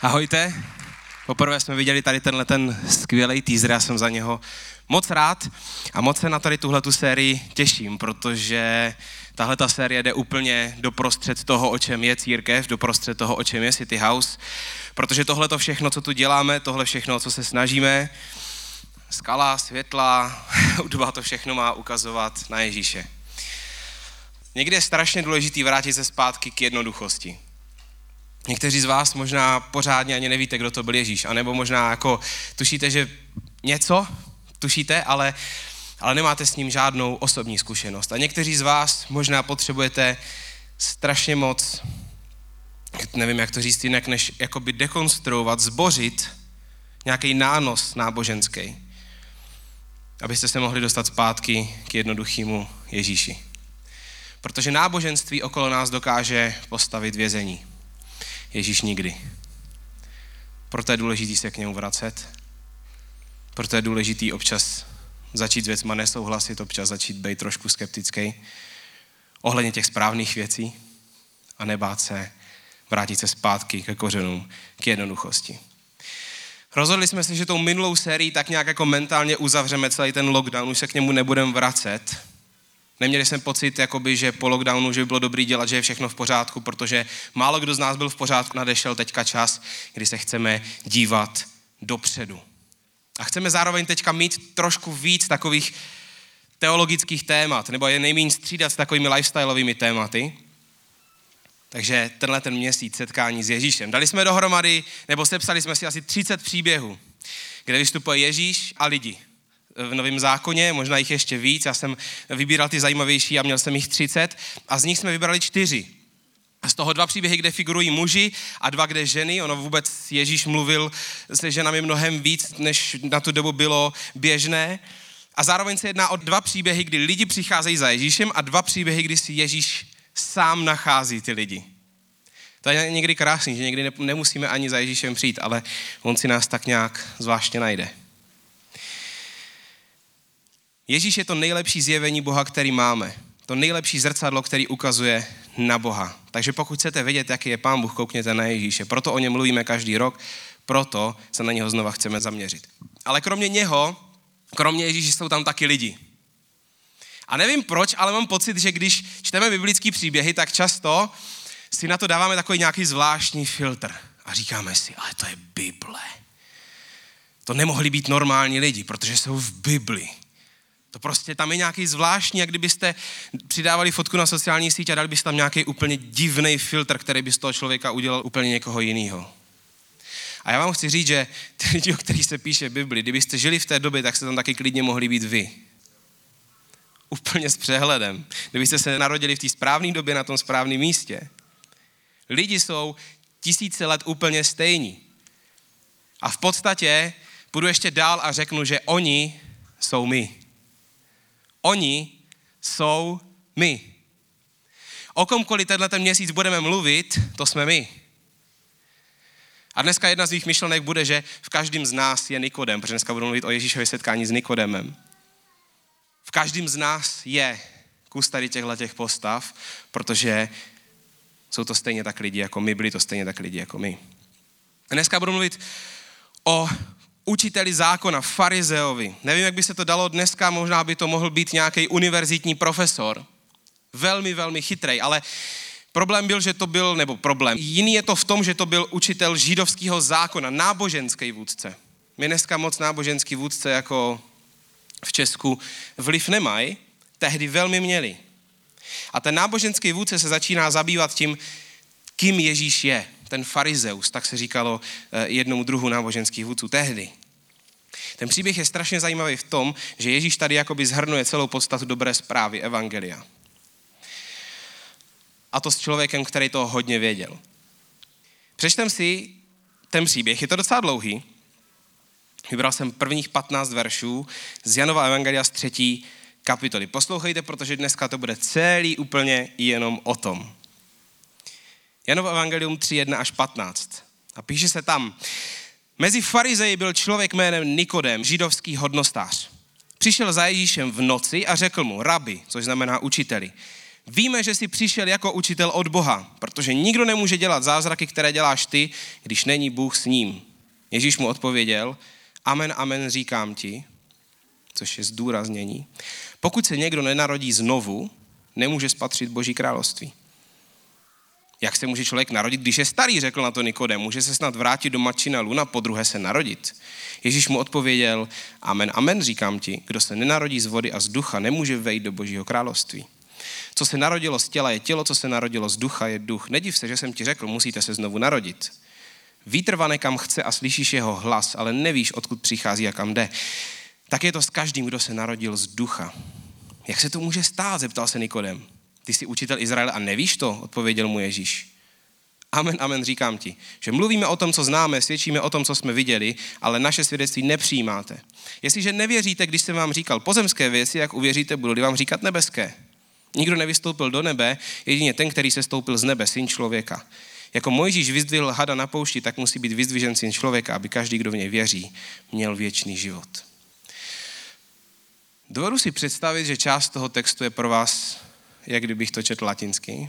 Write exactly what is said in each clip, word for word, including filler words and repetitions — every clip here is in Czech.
Ahojte. Poprvé jsme viděli tady tenhle ten skvělý teaser, já jsem za něho moc rád a moc se na tady tuhletu sérii těším, protože tahle ta série jde úplně doprostřed toho, o čem je církev, doprostřed toho, o čem je City House, protože tohle to všechno, co tu děláme, tohle všechno, co se snažíme, skala, světla, hudba, to všechno má ukazovat na Ježíše. Někdy je strašně důležitý vrátit se zpátky k jednoduchosti. Někteří z vás možná pořádně ani nevíte, kdo to byl Ježíš, anebo možná jako tušíte, že něco tušíte, ale, ale nemáte s ním žádnou osobní zkušenost. A někteří z vás možná potřebujete strašně moc, nevím, jak to říct jinak, než jakoby dekonstruovat, zbořit nějaký nános náboženský, abyste se mohli dostat zpátky k jednoduchému Ježíši. Protože náboženství okolo nás dokáže postavit vězení. Ježíš nikdy. Proto je důležitý se k němu vracet. Proto je důležitý občas začít s věcma nesouhlasit, občas začít být trošku skeptický ohledně těch správných věcí a nebát se vrátit se zpátky ke kořenům, k jednoduchosti. Rozhodli jsme se, že tou minulou sérií tak nějak jako mentálně uzavřeme celý ten lockdown, už se k němu nebudeme vracet. Neměli jsem pocit, jakoby, že po lockdownu, že by bylo dobrý dělat, že je všechno v pořádku, protože málo kdo z nás byl v pořádku, nadešel teďka čas, kdy se chceme dívat dopředu. A chceme zároveň teďka mít trošku víc takových teologických témat, nebo je nejméně střídat s takovými lifestyleovými tématy. Takže tenhle ten měsíc setkání s Ježíšem. Dali jsme dohromady, nebo sepsali jsme si asi třicet příběhů, kde vystupuje Ježíš a lidi. V Novém zákoně, možná jich ještě víc, já jsem vybíral ty zajímavější a měl jsem jich třicet a z nich jsme vybrali čtyři. A z toho dva příběhy, kde figurují muži a dva, kde ženy. Ono vůbec Ježíš mluvil se ženami mnohem víc, než na tu dobu bylo běžné. A zároveň se jedná o dva příběhy, kdy lidi přicházejí za Ježíšem a dva příběhy, kdy si Ježíš sám nachází ty lidi. To je někdy krásný, že někdy nemusíme ani za Ježíšem přijít, ale on si nás tak nějak zvláštně najde. Ježíš je to nejlepší zjevení Boha, který máme. To nejlepší zrcadlo, který ukazuje na Boha. Takže pokud chcete vědět, jaký je Pán Bůh, koukněte na Ježíše. Proto o něm mluvíme každý rok, proto se na něho znova chceme zaměřit. Ale kromě něho, kromě Ježíše jsou tam taky lidi. A nevím proč, ale mám pocit, že když čteme biblické příběhy, tak často si na to dáváme takový nějaký zvláštní filtr. A říkáme si, ale to je Bible. To nemohli být normální lidi, protože jsou v Bibli. To prostě tam je nějaký zvláštní, jak kdybyste přidávali fotku na sociální síť a dali byste tam nějaký úplně divný filtr, který by z toho člověka udělal úplně někoho jiného. A já vám chci říct, že ty lidi, o kterých se píše Bibli, kdybyste žili v té době, tak se tam taky klidně mohli být vy. Úplně s přehledem. Kdybyste se narodili v té správné době na tom správném místě. Lidi jsou tisíce let úplně stejní. A v podstatě půjdu ještě dál a řeknu, že oni jsou my. Oni jsou my. O komkoliv tenhle měsíc budeme mluvit, to jsme my. A dneska jedna z mých myšlenek bude, že v každém z nás je Nikodem, protože dneska budu mluvit o Ježíšově setkání s Nikodemem. V každém z nás je kus tady těchto postav, protože jsou to stejně tak lidi jako my, byli to stejně tak lidi jako my. A dneska budu mluvit o učiteli zákona, farizeovi. Nevím, jak by se to dalo dneska, možná by to mohl být nějaký univerzitní profesor. Velmi, velmi chytrej, ale problém byl, že to byl, nebo problém, jiný je to v tom, že to byl učitel židovského zákona, náboženský vůdce. My dneska moc náboženský vůdce jako v Česku vliv nemají, tehdy velmi měli. A ten náboženský vůdce se začíná zabývat tím, kým Ježíš je. Ten farizeus, tak se říkalo jednomu druhu náboženských vůdců tehdy. Ten příběh je strašně zajímavý v tom, že Ježíš tady jakoby zhrnuje celou podstatu dobré zprávy, evangelia. A to s člověkem, který toho hodně věděl. Přečtem si ten příběh, je to docela dlouhý. Vybral jsem prvních patnáct veršů z Janova evangelia z třetí kapitoly. Poslouchejte, protože dneska to bude celý úplně jenom o tom. Janovo evangelium tři, jedna až patnáct. A píše se tam, mezi farizeji byl člověk jménem Nikodem, židovský hodnostář. Přišel za Ježíšem v noci a řekl mu, rabi, což znamená učiteli, Víme, že jsi přišel jako učitel od Boha, protože nikdo nemůže dělat zázraky, které děláš ty, když není Bůh s ním. Ježíš mu odpověděl, amen, amen, říkám ti, což je zdůraznění, pokud se někdo nenarodí znovu, nemůže spatřit Boží království. Jak se může člověk narodit, když je starý, řekl na to Nikodem, může se snad vrátit do matčina luna, podruhé se narodit. Ježíš mu odpověděl, amen, amen, říkám ti, kdo se nenarodí z vody a z ducha, nemůže vejít do Božího království. Co se narodilo z těla je tělo, co se narodilo z ducha je duch. Nediv se, že jsem ti řekl, musíte se znovu narodit. Vítr vane kam chce a slyšíš jeho hlas, ale nevíš, odkud přichází a kam jde. Tak je to s každým, kdo se narodil z ducha. Jak se to může stát, zeptal se Nikodem. Ty jsi učitel Izraele a nevíš to, odpověděl mu Ježíš. Amen, amen, říkám ti, že mluvíme o tom, co známe, svědčíme o tom, co jsme viděli, ale naše svědectví nepřijímáte. Jestliže nevěříte, když jsem vám říkal pozemské věci, jak uvěříte, budu-li vám říkat nebeské. Nikdo nevystoupil do nebe, jedině ten, který se stoupil z nebe, syn člověka. Jako Mojžíš vyzdvihl hada na poušti, tak musí být vyzdvižen syn člověka, aby každý, kdo v něj věří, měl věčný život. Dovedu si představit, že část toho textu je pro vás, jak kdybych to četl latinsky.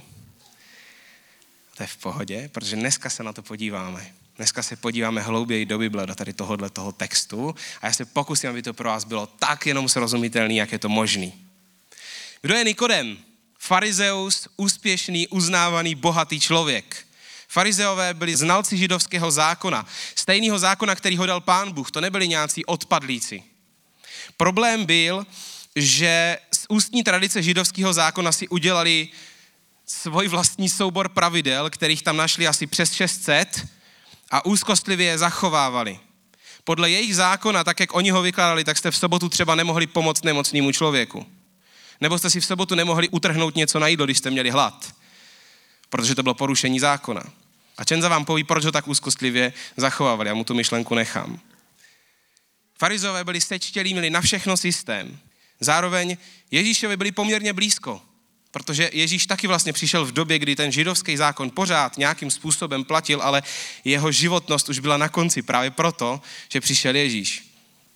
To je v pohodě, protože dneska se na to podíváme. Dneska se podíváme hlouběji do Bible, do tady tohohle toho textu a já se pokusím, aby to pro vás bylo tak jenom srozumitelný, jak je to možný. Kdo je Nikodem? Farizeus, úspěšný, uznávaný, bohatý člověk. Farizeové byli znalci židovského zákona, stejného zákona, který ho dal Pán Bůh. To nebyli nějací odpadlíci. Problém byl, že z ústní tradice židovského zákona si udělali svůj vlastní soubor pravidel, kterých tam našli asi přes šest set a úzkostlivě je zachovávali. Podle jejich zákona, tak jak oni ho vykládali, tak jste v sobotu třeba nemohli pomoct nemocnému člověku. Nebo jste si v sobotu nemohli utrhnout něco na jídlo, když jste měli hlad, protože to bylo porušení zákona. A Čenza vám poví, proč ho tak úzkostlivě zachovávali, já mu tu myšlenku nechám. Farizové byli sečtělí, měli na všechno systém. Zároveň Ježíšovi byli poměrně blízko, protože Ježíš taky vlastně přišel v době, kdy ten židovský zákon pořád nějakým způsobem platil, ale jeho životnost už byla na konci právě proto, že přišel Ježíš.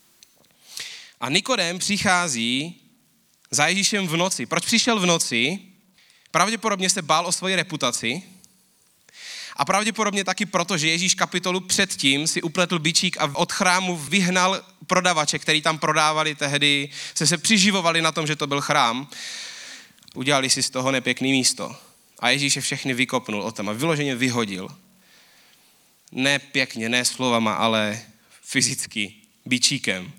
A Nikodem přichází za Ježíšem v noci. Proč přišel v noci? Pravděpodobně se bál o svoji reputaci a pravděpodobně taky proto, že Ježíš kapitolu předtím si upletl bičík a od chrámu vyhnal prodavače, který tam prodávali tehdy, se se přiživovali na tom, že to byl chrám. Udělali si z toho nepěkný místo. A Ježíš je všechny vykopnul o tom a vyloženě vyhodil. Ne pěkně, ne slovama, ale fyzicky, bičíkem.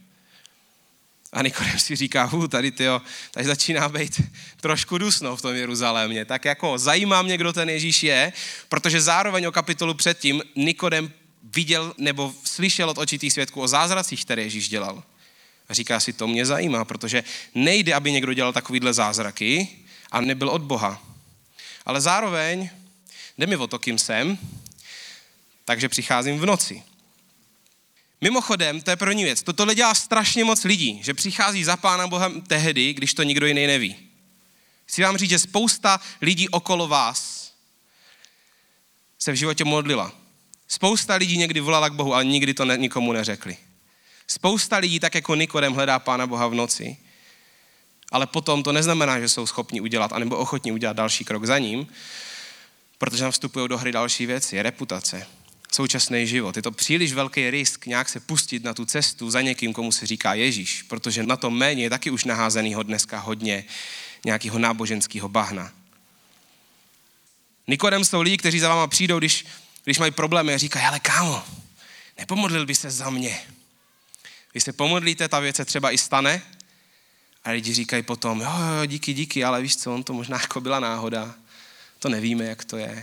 A Nikodem si říká, hu, tady tyjo, tady začíná být trošku dusno v tom Jeruzalémě. Tak jako zajímá mě, kdo ten Ježíš je, protože zároveň o kapitolu předtím Nikodem viděl nebo slyšel od očitých svědků o zázracích, které Ježíš dělal. A říká si, to mě zajímá, protože nejde, aby někdo dělal takovýhle zázraky a nebyl od Boha. Ale zároveň jde mi o to, kým jsem, takže přicházím v noci. Mimochodem, to je první věc, tohle dělá strašně moc lidí, že přichází za Pána Bohem tehdy, když to nikdo jiný neví. Chci vám říct, že spousta lidí okolo vás se v životě modlila. Spousta lidí někdy volala k Bohu, ale nikdy to ne, nikomu neřekli. Spousta lidí, tak jako Nikodem, hledá Pána Boha v noci, ale potom to neznamená, že jsou schopni udělat, anebo ochotní udělat další krok za ním, protože tam vstupují do hry další věci, je reputace, současný život. Je to příliš velký risk nějak se pustit na tu cestu za někým, komu se říká Ježíš, protože na tom méně je taky už naházenýho dneska hodně nějakého náboženského bahna. Nikodem jsou lidi, kteří za váma přijdou, když, když mají problémy a říkají, ale kámo, nepomodlil by se za mě. Vy se pomodlíte, ta věc se třeba i stane a lidi říkají potom, jo, jo, díky, díky, ale víš co, on to možná jako byla náhoda, to nevíme, jak to je.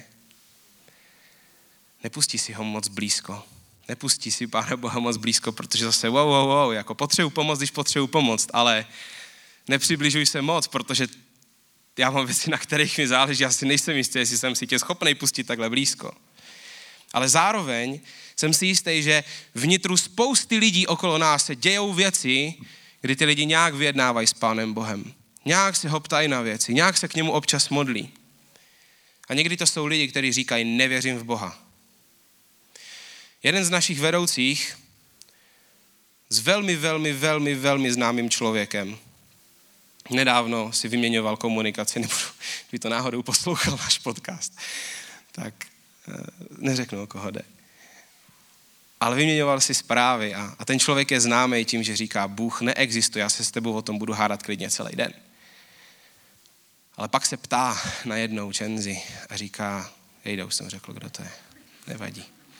Nepustí si ho moc blízko. Nepustí si Pána Boha moc blízko, protože zase wow, wow, wow, jako potřebuji pomoct, když potřebuji pomoct, ale nepřibližuj se moc, protože já mám věci, na kterých mi záleží, já si nejsem jistý, jestli jsem si tě schopnej pustit takhle blízko. Ale zároveň jsem si jistý, že vnitru spousty lidí okolo nás se dějou věci, kdy ty lidi nějak vyjednávají s Pánem Bohem. Nějak se ho ptají na věci, nějak se k němu občas modlí. A někdy to jsou lidi, kteří říkají, nevěřím v Boha. Jeden z našich vedoucích s velmi, velmi, velmi, velmi známým člověkem nedávno si vyměňoval komunikaci, nebudu, kdyby to náhodou poslouchal náš podcast, tak neřeknu, o koho jde. Ale vyměňoval si zprávy a, a ten člověk je známý tím, že říká, Bůh neexistuje, já se s tebou o tom budu hádat klidně celý den. Ale pak se ptá najednou Čenzi a říká, jejda, už jsem řekl, kdo to je, nevadí.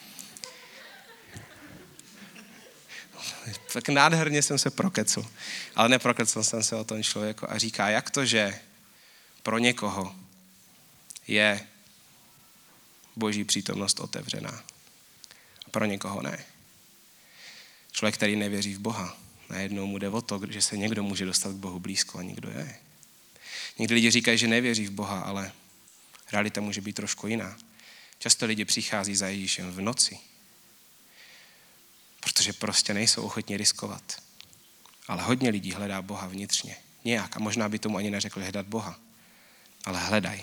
Tak nádherně jsem se prokecl, ale neprokecl jsem se o tom člověku a říká, jak to, že pro někoho je Boží přítomnost otevřená a pro někoho ne. Člověk, který nevěří v Boha, najednou mu jde o to, že se někdo může dostat k Bohu blízko a někdo je. Někdy lidi říkají, že nevěří v Boha, ale realita může být trošku jiná. Často lidi přichází za Ježíšem v noci, protože prostě nejsou ochotní riskovat. Ale hodně lidí hledá Boha vnitřně. Nějak. A možná by tomu ani neřekli hledat Boha. Ale hledaj.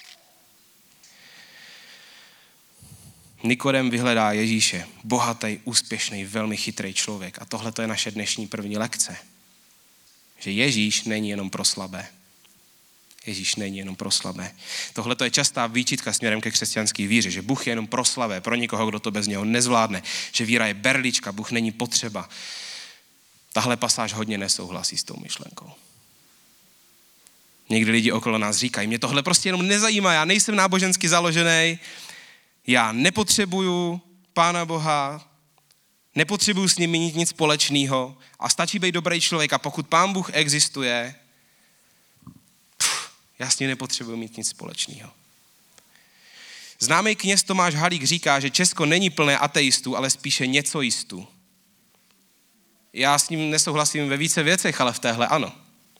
Nikodem vyhledá Ježíše. Bohatý, úspěšný, velmi chytrý člověk. A tohle to je naše dnešní první lekce. Že Ježíš není jenom pro slabé. Ježíš není jenom pro slabé. Tohle to je častá výčitka směrem ke křesťanské víře, že Bůh je jenom pro slabé, pro někoho, kdo to bez něho nezvládne, že víra je berlička, Bůh není potřeba. Tahle pasáž hodně nesouhlasí s tou myšlenkou. Někdy lidi okolo nás říkají, mě tohle prostě jenom nezajímá, já nejsem nábožensky založený, já nepotřebuju Pána Boha, nepotřebuju s ním mít nic společného a stačí být dobrý člověk a pokud Pán Bůh existuje, já s ním nepotřebuji mít nic společného. Známý kněz Tomáš Halík říká, že Česko není plné ateistů, ale spíše něcoistů. Já s ním nesouhlasím ve více věcech, ale v téhle ano.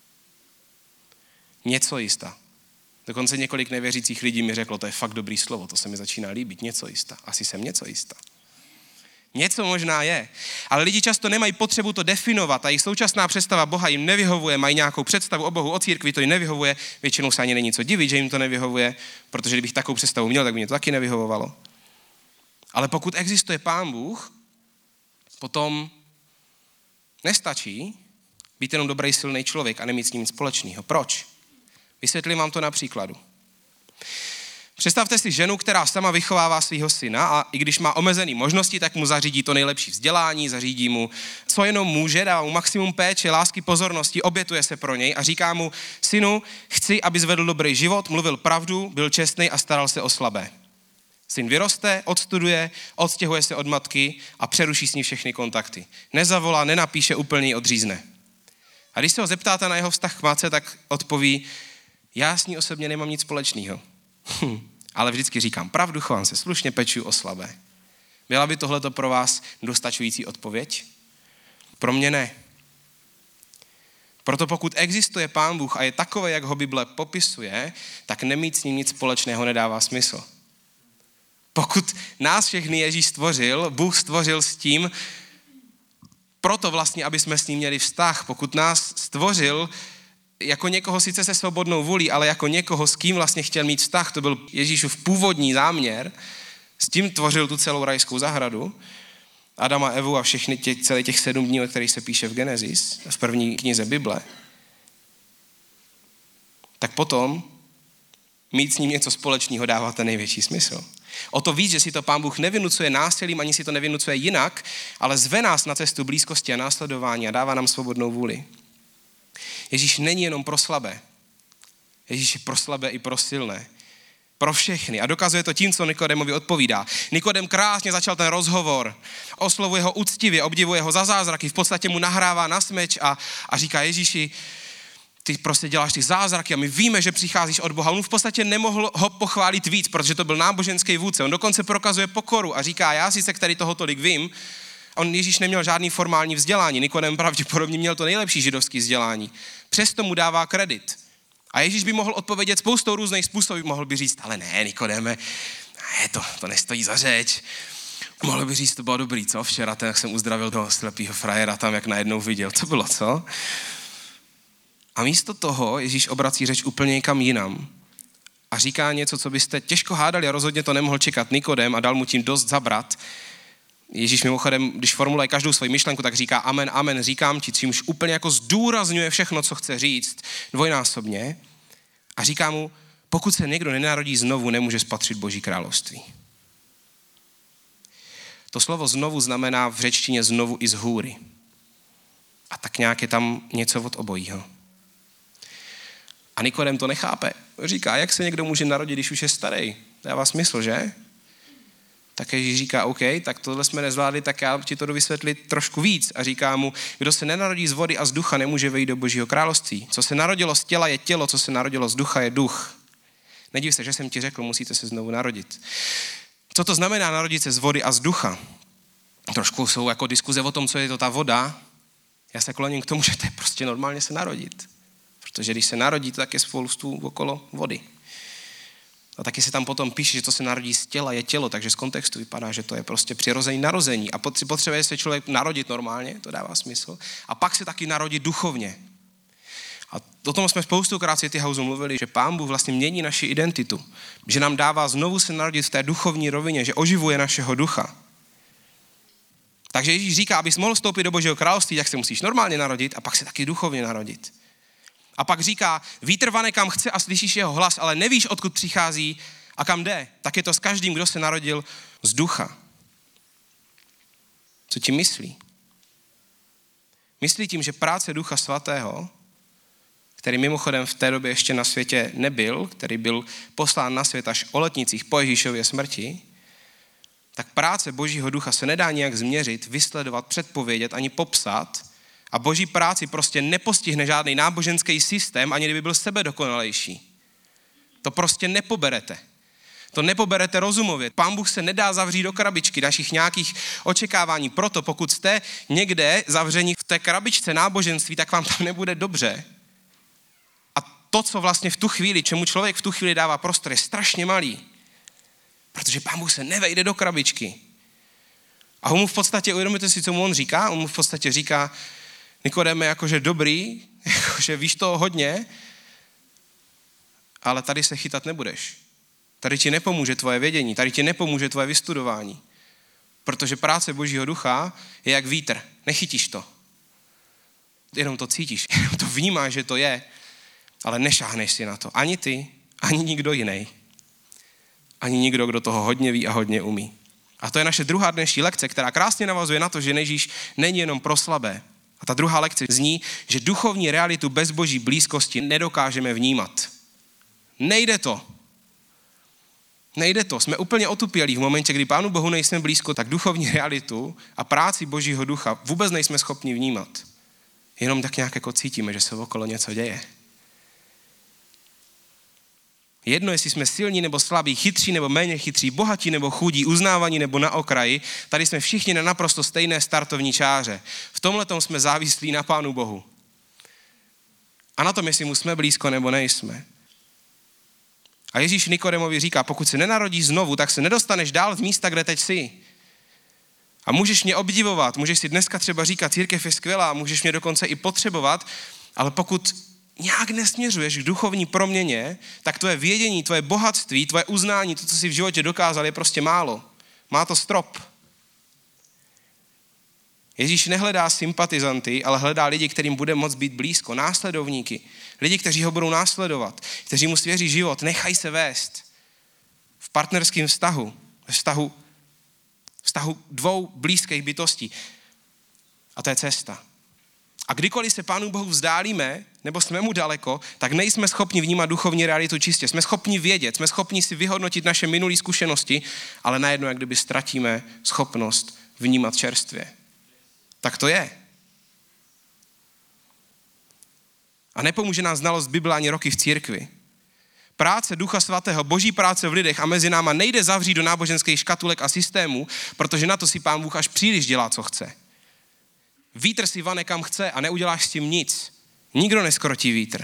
Něcoista. Dokonce několik nevěřících lidí mi řeklo, to je fakt dobrý slovo, to se mi začíná líbit, něcoista. Asi jsem něcoista. Něco možná je, ale lidi často nemají potřebu to definovat a jejich současná představa Boha jim nevyhovuje, mají nějakou představu o Bohu, o církvi, to jim nevyhovuje, většinou se ani není co divit, že jim to nevyhovuje, protože kdybych takovou představu měl, tak by mě to taky nevyhovovalo. Ale pokud existuje Pán Bůh, potom nestačí být jenom dobrý, silný člověk a nemít s ním nic společného. Proč? Vysvětlím vám to na příkladu. Představte si ženu, která sama vychovává svého syna a i když má omezené možnosti, tak mu zařídí to nejlepší vzdělání, zařídí mu, co jenom může, dává mu maximum péče, lásky, pozornosti, obětuje se pro něj a říká mu, synu, chci, aby zvedl dobrý život, mluvil pravdu, byl čestný a staral se o slabé. Syn vyroste, odstuduje, odstěhuje se od matky a přeruší s ní všechny kontakty. Nezavolá, nenapíše, úplně ji odřízne. A když se ho zeptáte na jeho vztah k matce, tak odpoví, já s ní osobně nemám nic společného. Hm, ale vždycky říkám pravdu, chovám se slušně, pečuju o slabé. Byla by tohleto pro vás dostačující odpověď? Pro mě ne. Proto pokud existuje Pán Bůh a je takový, jak ho Bible popisuje, tak nemít s ním nic společného nedává smysl. Pokud nás všechny Ježíš stvořil, Bůh stvořil s tím, proto vlastně, aby jsme s ním měli vztah. Pokud nás stvořil jako někoho sice se svobodnou vůlí, ale jako někoho, s kým vlastně chtěl mít vztah, to byl Ježíšův původní záměr, s tím tvořil tu celou rajskou zahradu, Adama, Evu a všechny těch, celých těch sedm dní, o kterých se píše v Genesis, v první knize Bible, tak potom mít s ním něco společného dává ten největší smysl. O to víc, že si to Pán Bůh nevynucuje násilím, ani si to nevynucuje jinak, ale zve nás na cestu blízkosti a následování a dává nám svobodnou vůli. Ježíš není jenom pro slabé. Ježíš je pro slabé i pro silné. Pro všechny. A dokazuje to tím, co Nikodemovi odpovídá. Nikodem krásně začal ten rozhovor. Oslovuje ho úctivě, obdivuje ho za zázraky. V podstatě mu nahrává na smeč a, a říká Ježíši, ty prostě děláš ty zázraky a my víme, že přicházíš od Boha. On v podstatě nemohl ho pochválit víc, protože to byl náboženský vůdce. On dokonce prokazuje pokoru a říká, já sice který toho tolik vím. On Ježíš neměl žádný formální vzdělání. Nikodem pravděpodobně měl to nejlepší židovské vzdělání. Přesto mu dává kredit. A Ježíš by mohl odpovědět spoustou různých způsobů. Mohl by říct, ale ne, Nikodeme, ne, to, to nestojí za řeč. Mohl by říct, to bylo dobrý, co? Včera ten, jak jsem uzdravil toho slepýho frajera tam, jak najednou viděl. To bylo, co? A místo toho Ježíš obrací řeč úplně někam jinam a říká něco, co byste těžko hádali a rozhodně to nemohl čekat Nikodem a dal mu tím dost zabrat. Ježíš mimochodem, když formuluje každou svoji myšlenku, tak říká amen, amen, říkám ti, čímž úplně jako zdůrazňuje všechno, co chce říct dvojnásobně a říká mu, pokud se někdo nenarodí znovu, nemůže spatřit Boží království. To slovo znovu znamená v řečtině znovu i z hůry. A tak nějak je tam něco od obojího. A Nikodem to nechápe. Říká, jak se někdo může narodit, když už je starý? Dává smysl, že? Tak Ježíš říká, OK, tak tohle jsme nezvládli, tak já ti to jdu vysvětlit trošku víc. A říká mu, kdo se nenarodí z vody a z ducha, nemůže vejít do Božího království. Co se narodilo z těla je tělo, co se narodilo z ducha je duch. Nediv se, že jsem ti řekl, musíte se znovu narodit. Co to znamená narodit se z vody a z ducha? Trošku jsou jako diskuze o tom, co je to ta voda. Já se kloním k tomu, že to je prostě normálně se narodit. Protože když se narodí, tak je spoustu okolo vody. A taky se tam potom píše, že to se narodí z těla je tělo, takže z kontextu vypadá, že to je prostě přirozené narození. A potřebuje se člověk narodit normálně, to dává smysl. A pak se taky narodit duchovně. A o tom jsme spoustukrát City Houseu mluvili, že Pán Bůh vlastně mění naši identitu. Že nám dává znovu se narodit v té duchovní rovině, že oživuje našeho ducha. Takže Ježíš říká, abys mohl vstoupit do Božího království, tak se musíš normálně narodit a pak se taky duchovně narodit. A pak říká, vítr vane kam chce a slyšíš jeho hlas, ale nevíš, odkud přichází a kam jde. Tak je to s každým, kdo se narodil z ducha. Co ti myslí? Myslí tím, že práce Ducha Svatého, který mimochodem v té době ještě na světě nebyl, který byl poslán na svět až o letnicích po Ježíšově smrti, tak práce Božího ducha se nedá nijak změřit, vysledovat, předpovědět ani popsat a Boží práci prostě nepostihne žádný náboženský systém, ani kdyby byl sebedokonalejší. To prostě nepoberete. To nepoberete rozumově. Pán Bůh se nedá zavřít do krabičky našich nějakých očekávání. Proto pokud jste někde zavření v té krabičce náboženství, tak vám tam nebude dobře. A to, co vlastně v tu chvíli, čemu člověk v tu chvíli dává prostor, je strašně malý. Protože Pán Bůh se nevejde do krabičky. A on mu v podstatě, uvědomíte si, co mu on říká? On mu v podstatě říká, Nikodeme, jakože dobrý, jakože víš toho hodně, ale tady se chytat nebudeš. Tady ti nepomůže tvoje vědění, tady ti nepomůže tvoje vystudování. Protože práce Božího ducha je jak vítr. Nechytíš to. Jenom to cítíš, jenom to vnímáš, že to je, ale nešáhneš si na to. Ani ty, ani nikdo jiný. Ani nikdo, kdo toho hodně ví a hodně umí. A to je naše druhá dnešní lekce, která krásně navazuje na to, že Ježíš není jenom pro slabé. A ta druhá lekce zní, že duchovní realitu bez Boží blízkosti nedokážeme vnímat. Nejde to. Nejde to. Jsme úplně otupělí v momentě, kdy Pánu Bohu nejsme blízko, tak duchovní realitu a práci Božího ducha vůbec nejsme schopni vnímat. Jenom tak nějak jako cítíme, že se okolo něco děje. Jedno, jestli jsme silní nebo slabí, chytří nebo méně chytří, bohatí nebo chudí, uznávaní nebo na okraji, tady jsme všichni na naprosto stejné startovní čáře. V tomhletom jsme závislí na Pánu Bohu. A na tom, jestli mu jsme blízko nebo nejsme. A Ježíš Nikodemovi říká, pokud se nenarodíš znovu, tak se nedostaneš dál z místa, kde teď jsi. A můžeš mě obdivovat, můžeš si dneska třeba říkat, církev je skvělá, můžeš mě dokonce i potřebovat, ale pokud nějak nesměřuješ k duchovní proměně, tak tvoje vědění, tvoje bohatství, tvoje uznání, to, co jsi v životě dokázal, je prostě málo. Má to strop. Ježíš nehledá sympatizanty, ale hledá lidi, kterým bude moct být blízko, následovníky. Lidi, kteří ho budou následovat, kteří mu svěří život, nechají se vést. V partnerském vztahu, v vztahu, vztahu dvou blízkých bytostí. A to je cesta. A kdykoliv se Pánu Bohu vzdálíme, nebo jsme mu daleko, tak nejsme schopni vnímat duchovní realitu čistě. Jsme schopni vědět, jsme schopni si vyhodnotit naše minulé zkušenosti, ale najednou, jak kdyby ztratíme schopnost vnímat čerstvě. Tak to je. A nepomůže nám znalost Bible ani roky v církvi. Práce Ducha Svatého, Boží práce v lidech a mezi náma nejde zavřít do náboženských škatulek a systémů, protože na to si Pán Bůh až příliš dělá, co chce. Vítr si vane kam chce a neuděláš s tím nic. Nikdo neskrotí vítr.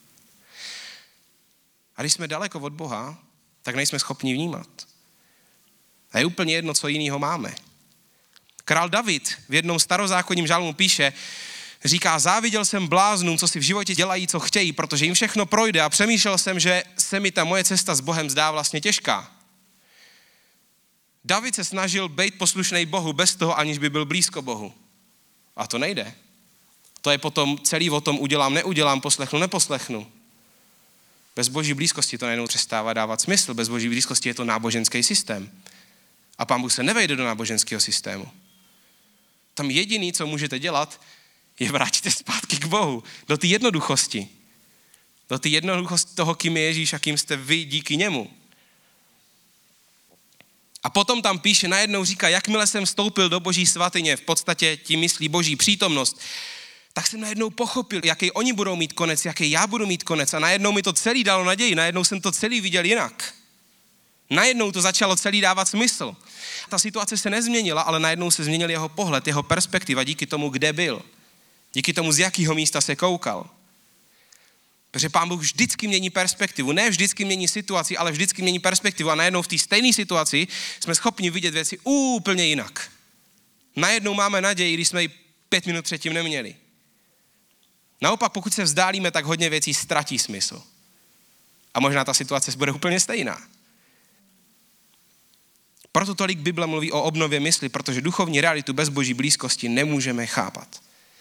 A když jsme daleko od Boha, tak nejsme schopni vnímat. A je úplně jedno, co jinýho máme. Král David v jednom starozákonním žalmu píše, říká, záviděl jsem bláznům, co si v životě dělají, co chtějí, protože jim všechno projde a přemýšlel jsem, že se mi ta moje cesta s Bohem zdá vlastně těžká. David se snažil být poslušný Bohu bez toho, aniž by byl blízko Bohu. A to nejde. To je potom celý o tom udělám, neudělám, poslechnu, neposlechnu. Bez boží blízkosti to najednou přestává dávat smysl. Bez boží blízkosti je to náboženský systém. A Pán Bůh se nevejde do náboženského systému. Tam jediný, co můžete dělat, je vrátit zpátky k Bohu. Do té jednoduchosti. Do té jednoduchosti toho, kým je Ježíš a kým jste vy díky němu. A potom tam píše, najednou říká, jakmile jsem vstoupil do boží svatyně, v podstatě tím myslí boží přítomnost, tak jsem najednou pochopil, jaký oni budou mít konec, jaký já budu mít konec. A najednou mi to celý dalo naději, najednou jsem to celý viděl jinak. Najednou to začalo celý dávat smysl. Ta situace se nezměnila, ale najednou se změnil jeho pohled, jeho perspektiva díky tomu, kde byl. Díky tomu, z jakého místa se koukal. Protože Pán Bůh vždycky mění perspektivu. Ne vždycky mění situaci, ale vždycky mění perspektivu. A najednou v té stejné situaci jsme schopni vidět věci úplně jinak. Najednou máme naději, když jsme ji pět minut předtím neměli. Naopak, pokud se vzdálíme, tak hodně věcí ztratí smysl. A možná ta situace bude úplně stejná. Proto tolik Bible mluví o obnově mysli, protože duchovní realitu bez boží blízkosti nemůžeme chápat.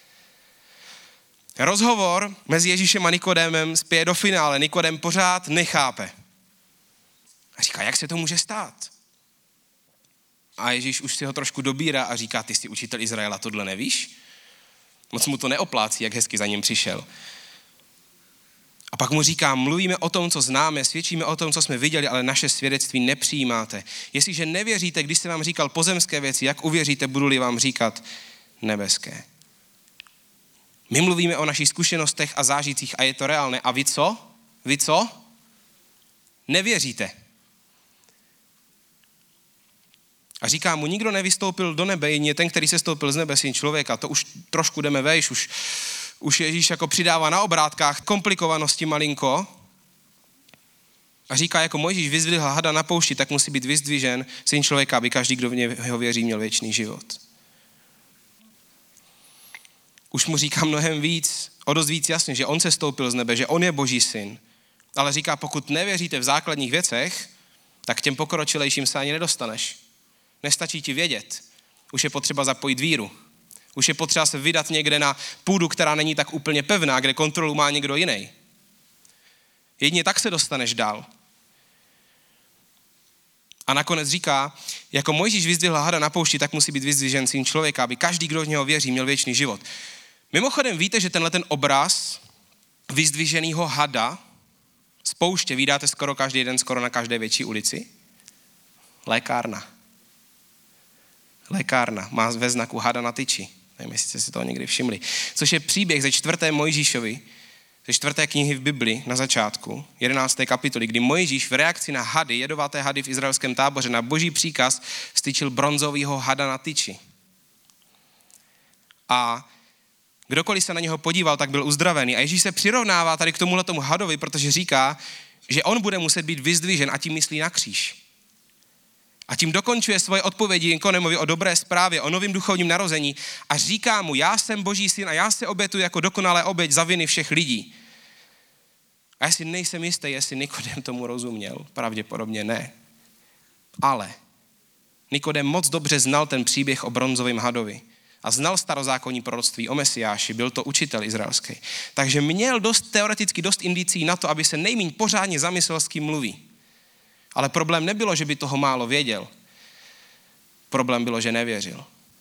Rozhovor mezi Ježíšem a Nikodémem spěje do finále. Nikodém pořád nechápe. A říká, jak se to může stát? A Ježíš už si ho trošku dobírá a říká, ty jsi učitel Izraela, tohle nevíš? Moc mu to neoplácí, jak hezky za ním přišel. A pak mu říká, mluvíme o tom, co známe, svědčíme o tom, co jsme viděli, ale naše svědectví nepřijímáte. Jestliže nevěříte, když jsem vám říkal pozemské věci, jak uvěříte, budu-li vám říkat nebeské. My mluvíme o našich zkušenostech a zážitcích a je to reálné. A vy co? Vy co? Nevěříte. A říká mu, nikdo nevystoupil do nebe, jedině ten, který se stoupil z nebe, syn člověka. To už trošku jdeme vejš, už, už Ježíš jako přidává na obrátkách komplikovanosti malinko. A říká, jako Mojžíš vyzdvihl hada na poušti, tak musí být vyzdvižen syn člověka, aby každý, kdo v něho věří, měl věčný život. Už mu říká mnohem víc, o dost víc jasně, že on se stoupil z nebe, že on je boží syn. Ale říká, pokud nevěříte v základních věcech, tak těm pokročilejším se ani nedostaneš. Nestačí ti vědět. Už je potřeba zapojit víru. Už je potřeba se vydat někde na půdu, která není tak úplně pevná, kde kontrolu má někdo jiný. Jedině tak se dostaneš dál. A nakonec říká, jako Mojžíš vyzdvihl hada na poušti, tak musí být vyzdvižen syn člověka, aby každý, kdo v něho věří, měl věčný život. Mimochodem víte, že tenhle ten obraz vyzdviženého hada z pouště vydáte skoro každý den, skoro na každé větší ulici? Lékárna. Lékárna má ve znaku hada na tyči. Nevím, jestli jste si toho někdy všimli. Což je příběh ze čtvrté Mojžíšovi, ze čtvrté knihy v Bibli na začátku, jedenácté kapitoly, kdy Mojžíš v reakci na hady, jedovaté hady v izraelském táboře, na boží příkaz vstyčil bronzovýho hada na tyči. A kdokoliv se na něho podíval, tak byl uzdravený. A Ježíš se přirovnává tady k tomuhletomu hadovi, protože říká, že on bude muset být vyzdvižen a tím myslí na kříž. A tím dokončuje svoje odpovědi Nikodemovi o dobré zprávě, o novém duchovním narození a říká mu, já jsem boží syn a já se obětuji jako dokonalé oběť za viny všech lidí. A já si nejsem jistý, jestli Nikodem tomu rozuměl. Pravděpodobně ne. Ale Nikodem moc dobře znal ten příběh o bronzovém hadovi a znal starozákonní proroctví o Mesiáši, byl to učitel izraelský. Takže měl dost teoreticky dost indicí na to, aby se nejmíň pořádně zamyslel, s kým mluví. Ale problém nebylo, že by toho málo věděl. Problém bylo, že nevěřil.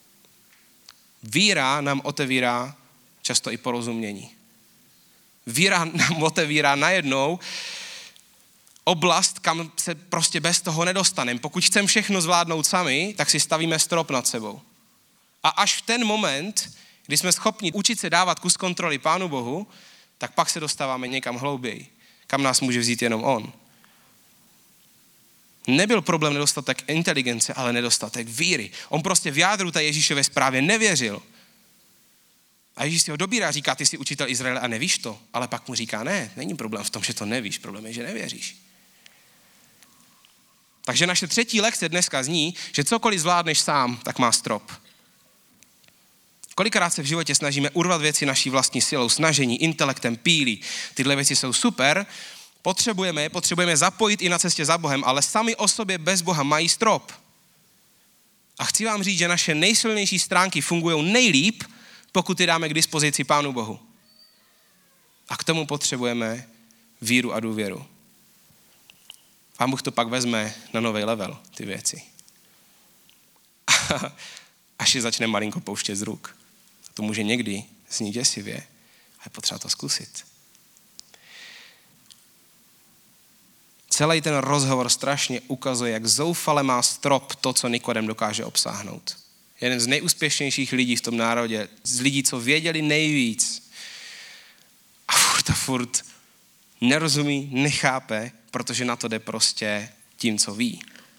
Víra nám otevírá často i porozumění. Víra nám otevírá najednou oblast, kam se prostě bez toho nedostaneme. Pokud chceme všechno zvládnout sami, tak si stavíme strop nad sebou. A až v ten moment, kdy jsme schopni učit se dávat kus kontroly Pánu Bohu, tak pak se dostáváme někam hlouběji, kam nás může vzít jenom on. Nebyl problém nedostatek inteligence, ale nedostatek víry. On prostě v jádru té Ježíšové zprávě nevěřil. A Ježíš si ho dobírá, říká, ty jsi učitel Izraele a nevíš to. Ale pak mu říká, ne, není problém v tom, že to nevíš, problém je, že nevěříš. Takže naše třetí lekce dneska zní, že cokoliv zvládneš sám, tak má strop. Kolikrát se v životě snažíme urvat věci naší vlastní silou, snažení, intelektem, pílí. Tyhle věci jsou super, potřebujeme je, potřebujeme zapojit i na cestě za Bohem, ale sami o sobě bez Boha mají strop. A chci vám říct, že naše nejsilnější stránky fungují nejlíp, pokud je dáme k dispozici Pánu Bohu. A k tomu potřebujeme víru a důvěru. Pán Bůh to pak vezme na nový level, ty věci. Až je začne malinko pouštět z ruk. To může někdy znít děsivě a je potřeba to zkusit. Celý ten rozhovor strašně ukazuje, jak zoufale má strop to, co Nikodem dokáže obsáhnout. Jeden z nejúspěšnějších lidí v tom národě, z lidí, co věděli nejvíc. A furt a furt nerozumí, nechápe, protože na to jde prostě tím, co ví.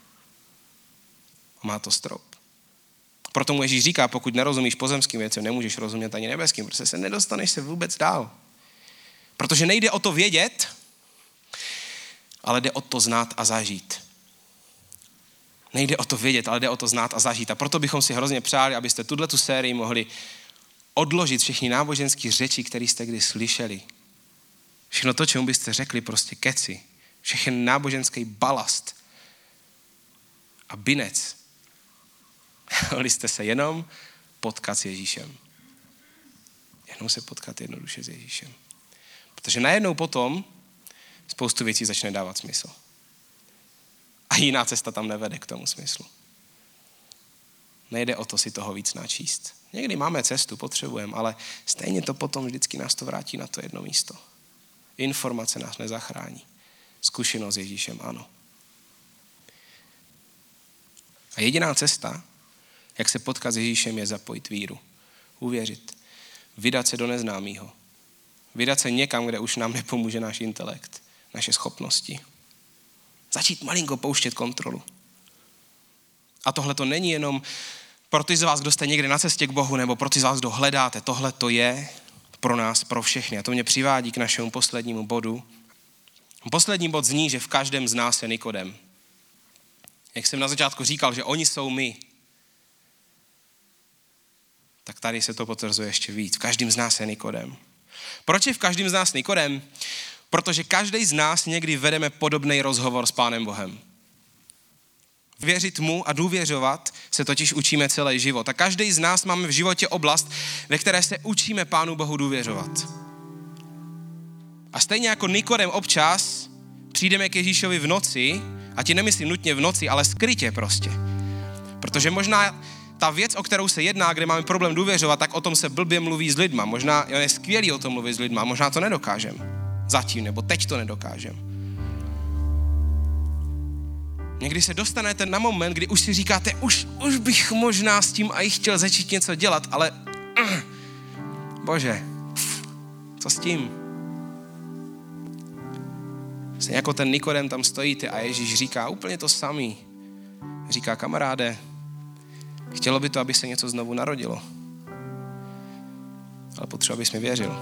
Má to strop. Proto mu Ježíš říká, pokud nerozumíš pozemským věcem, nemůžeš rozumět ani nebeským, protože se nedostaneš se vůbec dál. Protože nejde o to vědět, ale jde o to znát a zažít. Nejde o to vědět, ale jde o to znát a zažít. A proto bychom si hrozně přáli, abyste tuto sérii mohli odložit všechny náboženské řeči, které jste kdy slyšeli. Všechno to, čemu byste řekli, prostě keci. Všechny náboženský balast a binec. Mohli jste se jenom potkat s Ježíšem. Jenom se potkat jednoduše s Ježíšem. Protože najednou potom spoustu věcí začne dávat smysl. A jiná cesta tam nevede k tomu smyslu. Nejde o to si toho víc načíst. Někdy máme cestu, potřebujeme, ale stejně to potom vždycky nás to vrátí na to jedno místo. Informace nás nezachrání. Zkušenost s Ježíšem, ano. A jediná cesta, jak se potkat s Ježíšem, je zapojit víru. Uvěřit. Vydat se do neznámého. Vydat se někam, kde už nám nepomůže náš intelekt, naše schopnosti. Začít malinko pouštět kontrolu. A tohle to není jenom pro ty z vás, kdo jste někde na cestě k Bohu, nebo pro ty z vás, kdo hledáte. Tohle to je pro nás, pro všechny. A to mě přivádí k našemu poslednímu bodu. Poslední bod zní, že v každém z nás je Nikodem. Jak jsem na začátku říkal, že oni jsou my, tak tady se to potvrzuje ještě víc. V každém z nás je Nikodem. Proč je v každém z nás Nikodem? Protože každý z nás někdy vedeme podobný rozhovor s Pánem Bohem. Věřit mu a důvěřovat se totiž učíme celý život. A každý z nás máme v životě oblast, ve které se učíme Pánu Bohu důvěřovat. A stejně jako Nikodem občas přijdeme k Ježíšovi v noci, a ti nemyslím nutně v noci, ale skrytě prostě. Protože možná ta věc, o kterou se jedná, kde máme problém důvěřovat, tak o tom se blbě mluví s lidma. Možná je skvělý o tom mluvit s lidma, možná to nedokážeme. Zatím, nebo teď to nedokážeme. Někdy se dostanete na moment, kdy už si říkáte, už, už bych možná s tím i chtěl začít něco dělat, ale uh, bože, co s tím? Stejně jako ten Nikodem tam stojíte a Ježíš říká úplně to samý. Říká, kamaráde, chtělo by to, aby se něco znovu narodilo. Ale potřeba, abys mi věřil.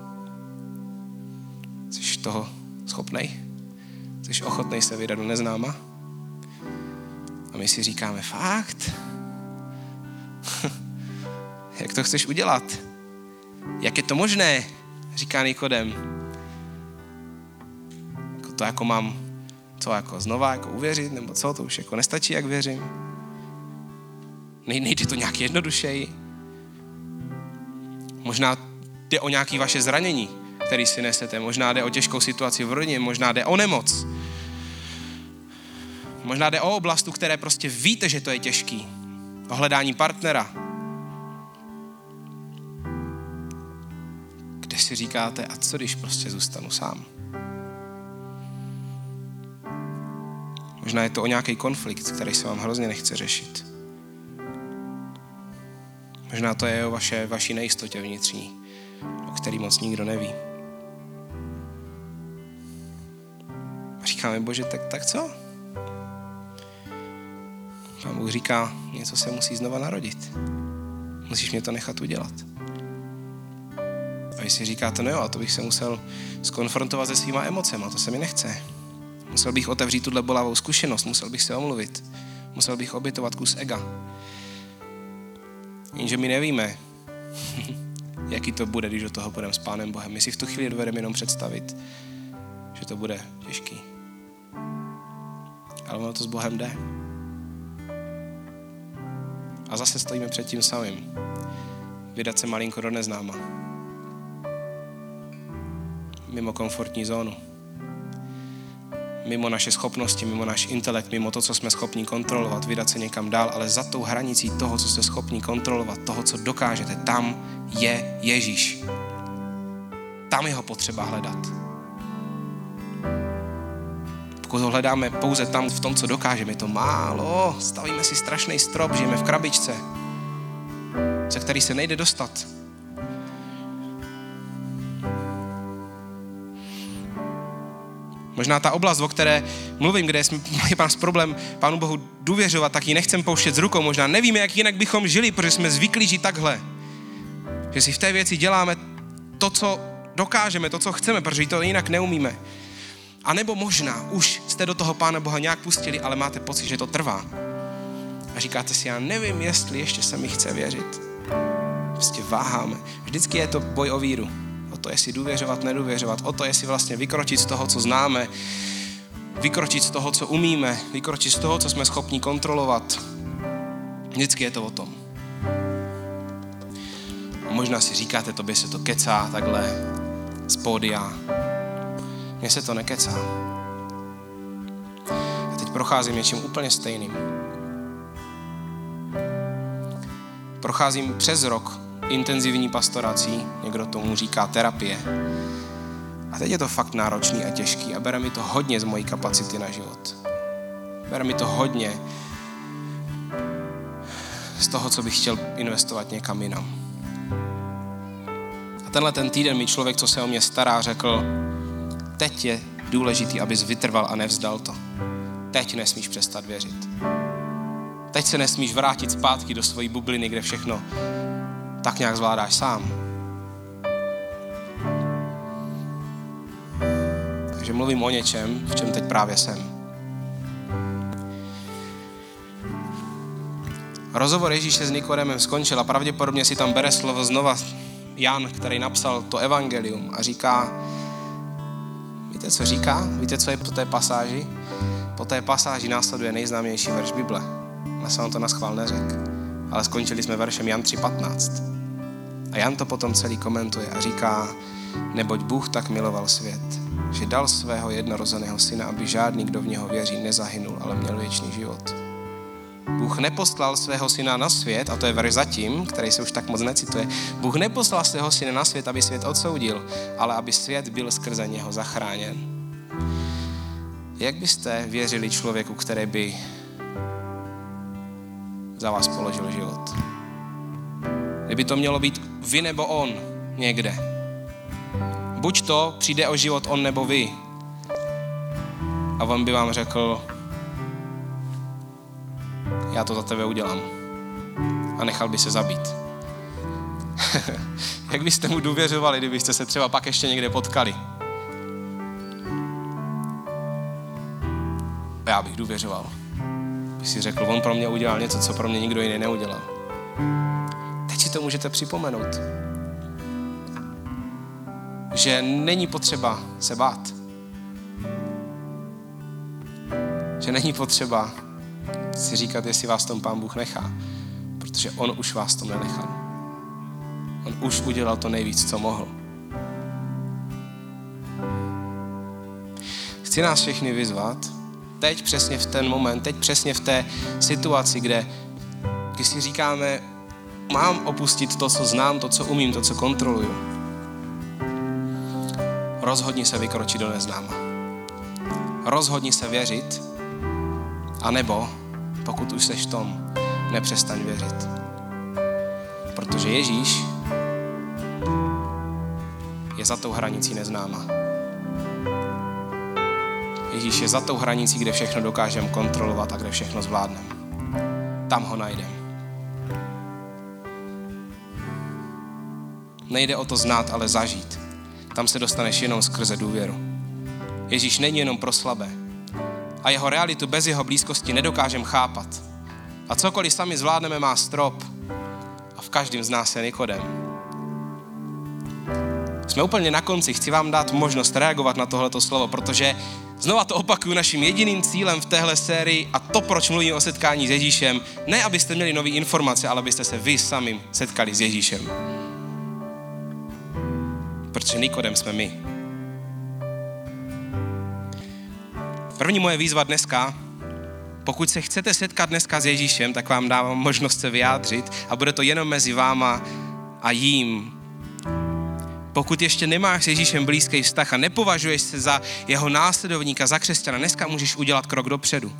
Jsi toho schopnej? Jsi ochotnej se vydat do neznáma? A my si říkáme, fakt? Jak to chceš udělat? Jak je to možné? Říká Nikodem. Jako to jako mám, co jako znova jako uvěřit, nebo co, to už jako nestačí, jak věřím. Nejde to nějak jednodušeji. Možná jde o nějaké vaše zranění, který si nesete. Možná jde o těžkou situaci v rodině, možná jde o nemoc. Možná jde o oblast, u které prostě víte, že to je těžký. O hledání partnera. Kde si říkáte, a co když prostě zůstanu sám? Možná je to o nějaký konflikt, který se vám hrozně nechce řešit. Možná to je o vaše, vaší nejistotě vnitřní, o který moc nikdo neví. A říkáme, Bože, tak, tak co? Pán Bůh říká, něco se musí znova narodit. Musíš mě to nechat udělat. A vy si říkáte, no jo, a to bych se musel skonfrontovat se svýma emocema, to se mi nechce. Musel bych otevřít tuhle bolavou zkušenost, musel bych se omluvit, musel bych obětovat kus ega. Jenže my nevíme, jaký to bude, když do toho půjdeme s Pánem Bohem. My si v tu chvíli dovedeme jenom představit, že to bude těžký. Ale ono to s Bohem jde. A zase stojíme před tím samým. Vydat se malinko do neznáma. Mimo komfortní zónu. Mimo naše schopnosti, mimo náš intelekt, mimo to, co jsme schopni kontrolovat, vydat se někam dál, ale za tou hranicí toho, co jste schopni kontrolovat, toho, co dokážete, tam je Ježíš. Tam je ho potřeba hledat. Pokud ho hledáme pouze tam, v tom, co dokážeme, je to málo. Stavíme si strašný strop, žijeme v krabičce, ze který se nejde dostat. Možná ta oblast, o které mluvím, kde jsme měli nás problém Pánu Bohu důvěřovat, tak ji nechcem pouštět z rukou. Možná nevíme, jak jinak bychom žili, protože jsme zvyklí žít takhle. Že si v té věci děláme to, co dokážeme, to, co chceme, protože to jinak neumíme. A nebo možná už jste do toho Pána Boha nějak pustili, ale máte pocit, že to trvá. A říkáte si, já nevím, jestli ještě se mi chce věřit. Prostě váháme. Vždycky je to boj o víru. O to, jestli důvěřovat, nedůvěřovat. O to, jestli vlastně vykročit z toho, co známe. Vykročit z toho, co umíme. Vykročit z toho, co jsme schopni kontrolovat. Vždycky je to o tom. A možná si říkáte, tobě se to kecá takhle z pódia. Mně se to nekecá. A teď procházím něčím úplně stejným. Procházím přes rok intenzivní pastorací, někdo tomu říká terapie. A teď je to fakt náročný a těžký a bere mi to hodně z mojí kapacity na život. Bere mi to hodně z toho, co bych chtěl investovat někam jinam. A tenhle ten týden mi člověk, co se o mě stará, řekl, teď je důležitý, abys vytrval a nevzdal to. Teď nesmíš přestat věřit. Teď se nesmíš vrátit zpátky do svojí bubliny, kde všechno tak nějak zvládáš sám. Takže mluvím o něčem, v čem teď právě jsem. Rozhovor Ježíše s Nikodemem skončil a pravděpodobně si tam bere slovo znova Jan, který napsal to evangelium a říká, víte, co říká? Víte, co je po té pasáži? Po té pasáži následuje nejznámější verš Bible. Já jsem vám to naschvál neřekl. Ale skončili jsme veršem Jan tři patnáct. A Jan to potom celý komentuje a říká, neboť Bůh tak miloval svět, že dal svého jednorozeného syna, aby žádný, kdo v něho věří, nezahynul, ale měl věčný život. Bůh neposlal svého syna na svět, a to je verš zatím, který se už tak moc necituje, Bůh neposlal svého syna na svět, aby svět odsoudil, ale aby svět byl skrze něho zachráněn. Jak byste věřili člověku, který by za vás položil život? Kdyby to mělo být vy nebo on někde. Buď to přijde o život on nebo vy. A on by vám řekl, já to za tebe udělám. A nechal by se zabít. Jak byste mu důvěřovali, kdybyste se třeba pak ještě někde potkali? Já bych důvěřoval. Bych si řekl, on pro mě udělal něco, co pro mě nikdo jiný neudělal. Teď si to můžete připomenout. Že není potřeba se bát. Že není potřeba si říkat, jestli vás tom Pán Bůh nechá. Protože on už vás tom nenechal. On už udělal to nejvíc, co mohl. Chci nás všechny vyzvat, teď přesně v ten moment, teď přesně v té situaci, kde když si říkáme, mám opustit to, co znám, to, co umím, to, co kontroluju. Rozhodni se vykročit do neznáma. Rozhodni se věřit, anebo, pokud už seš v tom, nepřestaň věřit. Protože Ježíš je za tou hranicí neznáma. Ježíš je za tou hranicí, kde všechno dokážeme kontrolovat a kde všechno zvládneme. Tam ho najdeme. Nejde o to znát, ale zažít. Tam se dostaneš jenom skrze důvěru. Ježíš není jenom pro slabé. A jeho realitu bez jeho blízkosti nedokážeme chápat. A cokoliv sami zvládneme, má strop. A v každém z nás je Nikodem. Jsme úplně na konci. Chci vám dát možnost reagovat na tohleto slovo, protože Znova to opakuju, naším jediným cílem v téhle sérii a to, proč mluvím o setkání s Ježíšem, ne abyste měli nové informace, ale abyste se vy sami setkali s Ježíšem. Protože Nikodem jsme my. První moje výzva dneska, pokud se chcete setkat dneska s Ježíšem, tak vám dávám možnost se vyjádřit a bude to jenom mezi váma a jím. Pokud ještě nemáš s Ježíšem blízký vztah a nepovažuješ se za jeho následovníka, za křesťana, dneska můžeš udělat krok dopředu.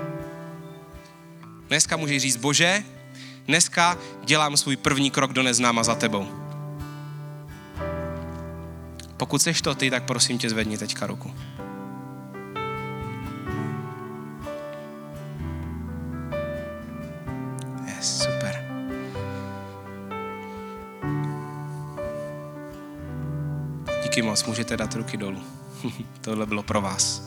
Dneska můžeš říct, Bože, dneska dělám svůj první krok do neznáma za tebou. Pokud seš to ty, tak prosím tě, zvedni teďka ruku. Yes, super. Díky moc, můžete dát ruky dolů. Tohle bylo pro vás.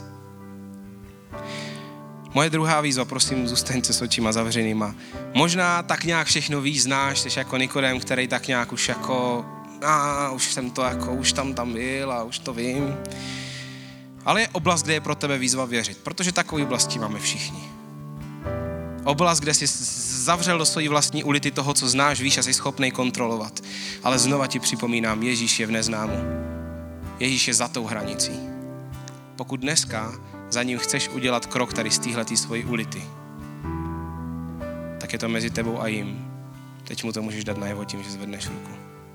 Moje druhá výzva, prosím, zůstaňte s očima zavřenýma. Možná tak nějak všechno víš, znáš, jsi jako Nikodem, který tak nějak už jako, a už jsem to jako, už tam tam byl a už to vím. Ale je oblast, kde je pro tebe výzva věřit, protože takový oblasti máme všichni. Oblast, kde jsi zavřel do své vlastní ulity toho, co znáš, víš a jsi schopnej kontrolovat. Ale znova ti připomínám, Ježíš je v neznámu. Ježíš je za tou hranicí. Pokud dneska za ním chceš udělat krok tady z téhletý svojí ulity, tak je to mezi tebou a jím. Teď mu to můžeš dát najevo tím, že zvedneš ruku.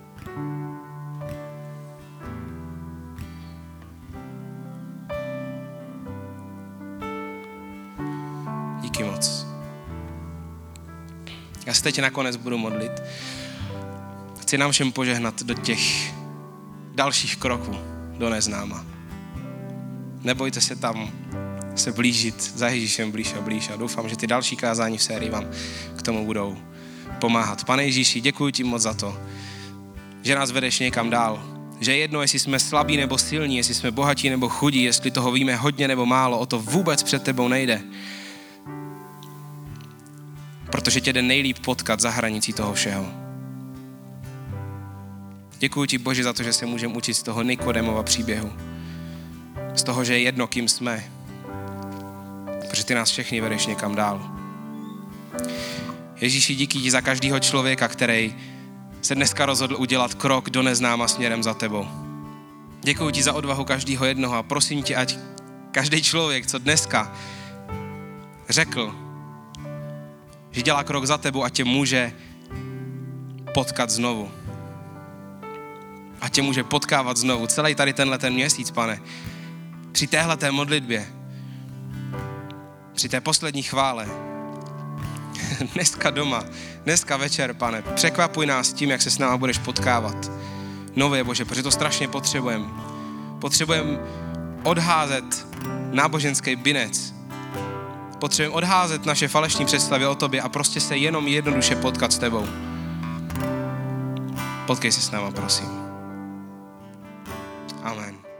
Díky moc. Já se teď nakonec budu modlit. Chci nám všem požehnat do těch dalších kroků do neznáma. Nebojte se tam se blížit za Ježíšem blíž a blíž a doufám, že ty další kázání v sérii vám k tomu budou pomáhat. Pane Ježíši, děkuji ti moc za to, že nás vedeš někam dál. Že je jedno, jestli jsme slabí nebo silní, jestli jsme bohatí nebo chudí, jestli toho víme hodně nebo málo, o to vůbec před tebou nejde. Protože tě jde nejlíp potkat za hranicí toho všeho. Děkuji ti, Bože, za to, že se můžeme učit z toho Nikodemova příběhu. Z toho, že je jedno, kým jsme. Protože ty nás všechny vedeš někam dál. Ježíši, díky ti za každého člověka, který se dneska rozhodl udělat krok do neznáma směrem za tebou. Děkuji ti za odvahu každého jednoho a prosím tě, ať každý člověk, co dneska řekl, že dělá krok za tebou a tě může potkat znovu. A tě může potkávat znovu. Celý tady tenhle ten měsíc, pane. Při téhleté modlitbě. Při té poslední chvále. Dneska doma. Dneska večer, pane. Překvapuj nás tím, jak se s náma budeš potkávat. Nově, Bože, protože to strašně potřebujeme. Potřebujeme odházet náboženský binec. Potřebujeme odházet naše falešní představy o tobě a prostě se jenom jednoduše potkat s tebou. Potkej se s náma, prosím. Amen.